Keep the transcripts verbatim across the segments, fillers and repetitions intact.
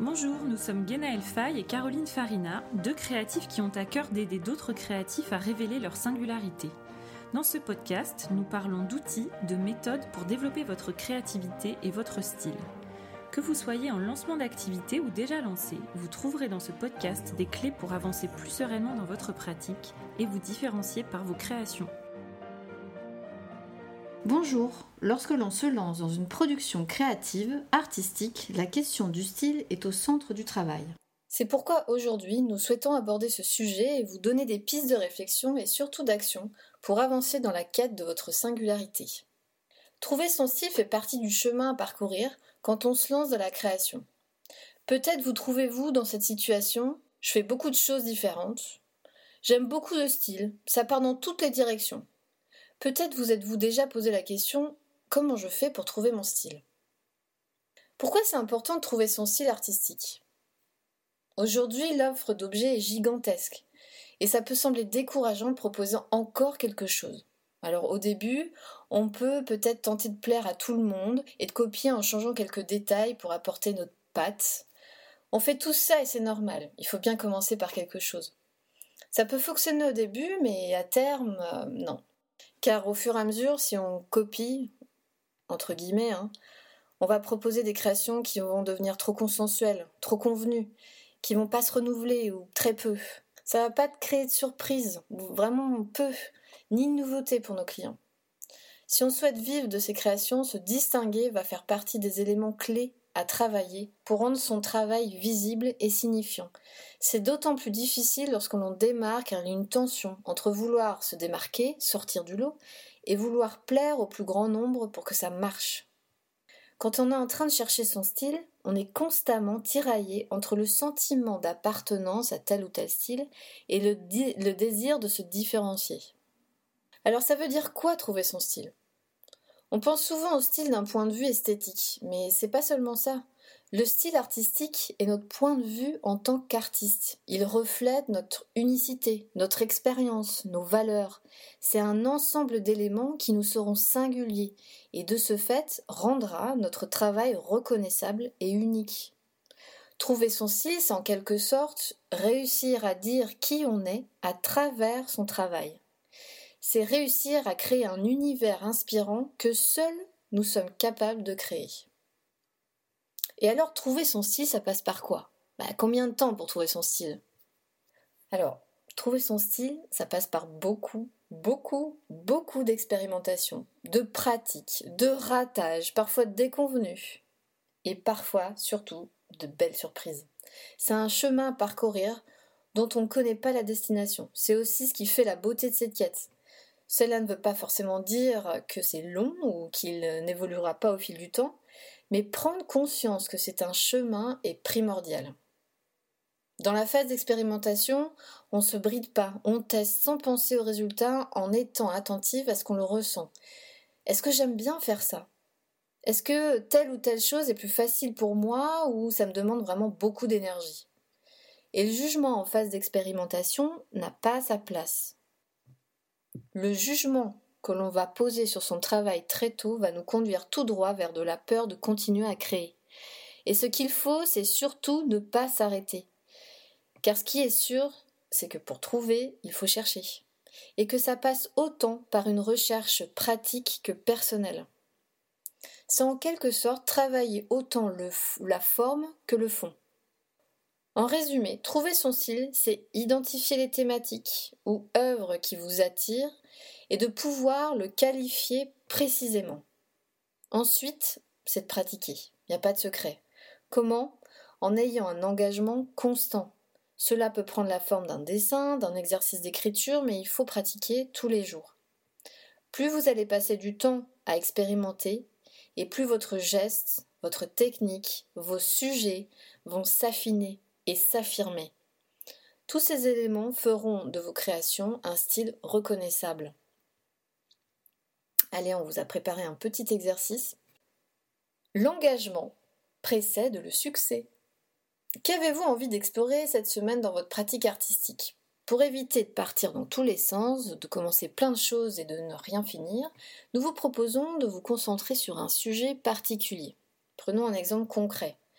Bonjour, nous sommes Guénaëlle Faye et Caroline Farina, deux créatifs qui ont à cœur d'aider d'autres créatifs à révéler leur singularité. Dans ce podcast, nous parlons d'outils, de méthodes pour développer votre créativité et votre style. Que vous soyez en lancement d'activité ou déjà lancé, vous trouverez dans ce podcast des clés pour avancer plus sereinement dans votre pratique et vous différencier par vos créations. Bonjour, lorsque l'on se lance dans une production créative, artistique, la question du style est au centre du travail. C'est pourquoi aujourd'hui, nous souhaitons aborder ce sujet et vous donner des pistes de réflexion et surtout d'action pour avancer dans la quête de votre singularité. Trouver son style fait partie du chemin à parcourir quand on se lance dans la création. Peut-être vous trouvez-vous dans cette situation, je fais beaucoup de choses différentes, j'aime beaucoup de styles, ça part dans toutes les directions. Peut-être vous êtes-vous déjà posé la question « Comment je fais pour trouver mon style ?» Pourquoi c'est important de trouver son style artistique ? Aujourd'hui, l'offre d'objets est gigantesque et ça peut sembler décourageant de proposer encore quelque chose. Alors au début, on peut peut-être tenter de plaire à tout le monde et de copier en changeant quelques détails pour apporter notre patte. On fait tout ça et c'est normal, il faut bien commencer par quelque chose. Ça peut fonctionner au début, mais à terme, euh, non. Car au fur et à mesure, si on copie, entre guillemets, hein, on va proposer des créations qui vont devenir trop consensuelles, trop convenues, qui vont pas se renouveler ou très peu. Ça va pas te créer de surprise, ou vraiment peu, ni de nouveauté pour nos clients. Si on souhaite vivre de ces créations, se distinguer va faire partie des éléments clés à travailler pour rendre son travail visible et signifiant. C'est d'autant plus difficile lorsqu'on l'on démarre car il y a une tension entre vouloir se démarquer, sortir du lot, et vouloir plaire au plus grand nombre pour que ça marche. Quand on est en train de chercher son style, on est constamment tiraillé entre le sentiment d'appartenance à tel ou tel style et le, di- le désir de se différencier. Alors ça veut dire quoi trouver son style ? On pense souvent au style d'un point de vue esthétique, mais c'est pas seulement ça. Le style artistique est notre point de vue en tant qu'artiste. Il reflète notre unicité, notre expérience, nos valeurs. C'est un ensemble d'éléments qui nous seront singuliers et de ce fait rendra notre travail reconnaissable et unique. Trouver son style, c'est en quelque sorte réussir à dire qui on est à travers son travail. C'est réussir à créer un univers inspirant que seuls nous sommes capables de créer. Et alors, trouver son style, ça passe par quoi ? Bah, combien de temps pour trouver son style ? Alors, trouver son style, ça passe par beaucoup, beaucoup, beaucoup d'expérimentation, de pratique, de ratage, parfois de déconvenues, et parfois, surtout, de belles surprises. C'est un chemin à parcourir dont on ne connaît pas la destination. C'est aussi ce qui fait la beauté de cette quête. Cela ne veut pas forcément dire que c'est long ou qu'il n'évoluera pas au fil du temps, mais prendre conscience que c'est un chemin est primordial. Dans la phase d'expérimentation, on ne se bride pas, on teste sans penser aux résultats en étant attentif à ce qu'on le ressent. Est-ce que j'aime bien faire ça ? Est-ce que telle ou telle chose est plus facile pour moi ou ça me demande vraiment beaucoup d'énergie ? Et le jugement en phase d'expérimentation n'a pas sa place. Le jugement que l'on va poser sur son travail très tôt va nous conduire tout droit vers de la peur de continuer à créer. Et ce qu'il faut, c'est surtout ne pas s'arrêter. Car ce qui est sûr, c'est que pour trouver, il faut chercher. Et que ça passe autant par une recherche pratique que personnelle. C'est en quelque sorte travailler autant le, la forme que le fond. En résumé, trouver son style, c'est identifier les thématiques ou œuvres qui vous attirent et de pouvoir le qualifier précisément. Ensuite, c'est de pratiquer. Il n'y a pas de secret. Comment ? En ayant un engagement constant. Cela peut prendre la forme d'un dessin, d'un exercice d'écriture, mais il faut pratiquer tous les jours. Plus vous allez passer du temps à expérimenter, et plus votre geste, votre technique, vos sujets vont s'affiner et s'affirmer. Tous ces éléments feront de vos créations un style reconnaissable. Allez, on vous a préparé un petit exercice. L'engagement précède le succès. Qu'avez-vous envie d'explorer cette semaine dans votre pratique artistique ? Pour éviter de partir dans tous les sens, de commencer plein de choses et de ne rien finir, nous vous proposons de vous concentrer sur un sujet particulier. Prenons un exemple concret.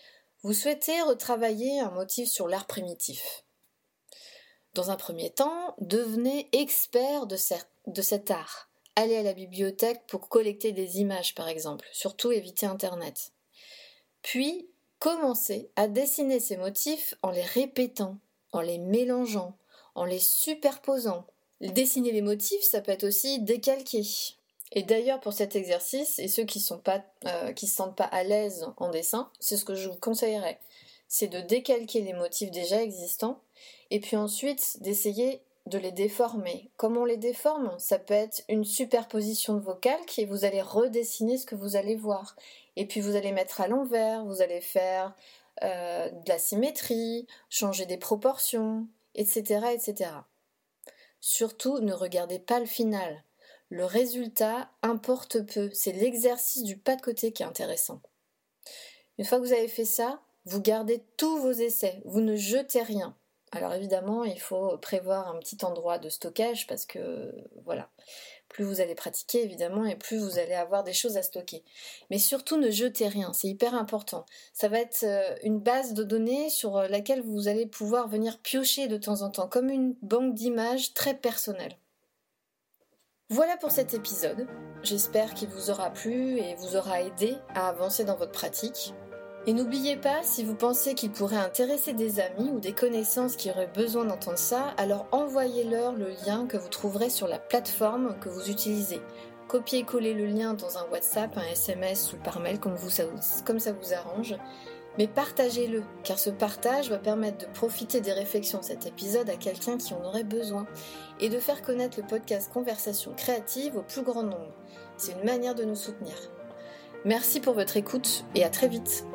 Vous souhaitez retravailler un motif sur l'art primitif. Dans un premier temps, devenez expert de, cer- de cet art. Allez à la bibliothèque pour collecter des images par exemple, surtout évitez Internet. Puis, commencez à dessiner ces motifs en les répétant, en les mélangeant, en les superposant. Dessiner les motifs, ça peut être aussi décalquer. Et d'ailleurs, pour cet exercice, et ceux qui ne euh, se sentent pas à l'aise en dessin, c'est ce que je vous conseillerais. C'est de décalquer les motifs déjà existants, et puis ensuite d'essayer de les déformer. Comment on les déforme ? Ça peut être une superposition de vos calques, et vous allez redessiner ce que vous allez voir. Et puis vous allez mettre à l'envers, vous allez faire euh, de la symétrie, changer des proportions, et cetera, et cetera. Surtout, ne regardez pas le final. Le résultat importe peu, c'est l'exercice du pas de côté qui est intéressant. Une fois que vous avez fait ça, vous gardez tous vos essais, vous ne jetez rien. Alors évidemment, il faut prévoir un petit endroit de stockage parce que, voilà, plus vous allez pratiquer évidemment et plus vous allez avoir des choses à stocker. Mais surtout, ne jetez rien, c'est hyper important. Ça va être une base de données sur laquelle vous allez pouvoir venir piocher de temps en temps, comme une banque d'images très personnelle. Voilà pour cet épisode, j'espère qu'il vous aura plu et vous aura aidé à avancer dans votre pratique. Et n'oubliez pas, si vous pensez qu'il pourrait intéresser des amis ou des connaissances qui auraient besoin d'entendre ça, alors envoyez-leur le lien que vous trouverez sur la plateforme que vous utilisez. Copiez-collez le lien dans un WhatsApp, un S M S ou par mail comme, vous, comme ça vous arrange. Mais partagez-le, car ce partage va permettre de profiter des réflexions de cet épisode à quelqu'un qui en aurait besoin et de faire connaître le podcast Conversation créative au plus grand nombre. C'est une manière de nous soutenir. Merci pour votre écoute et à très vite.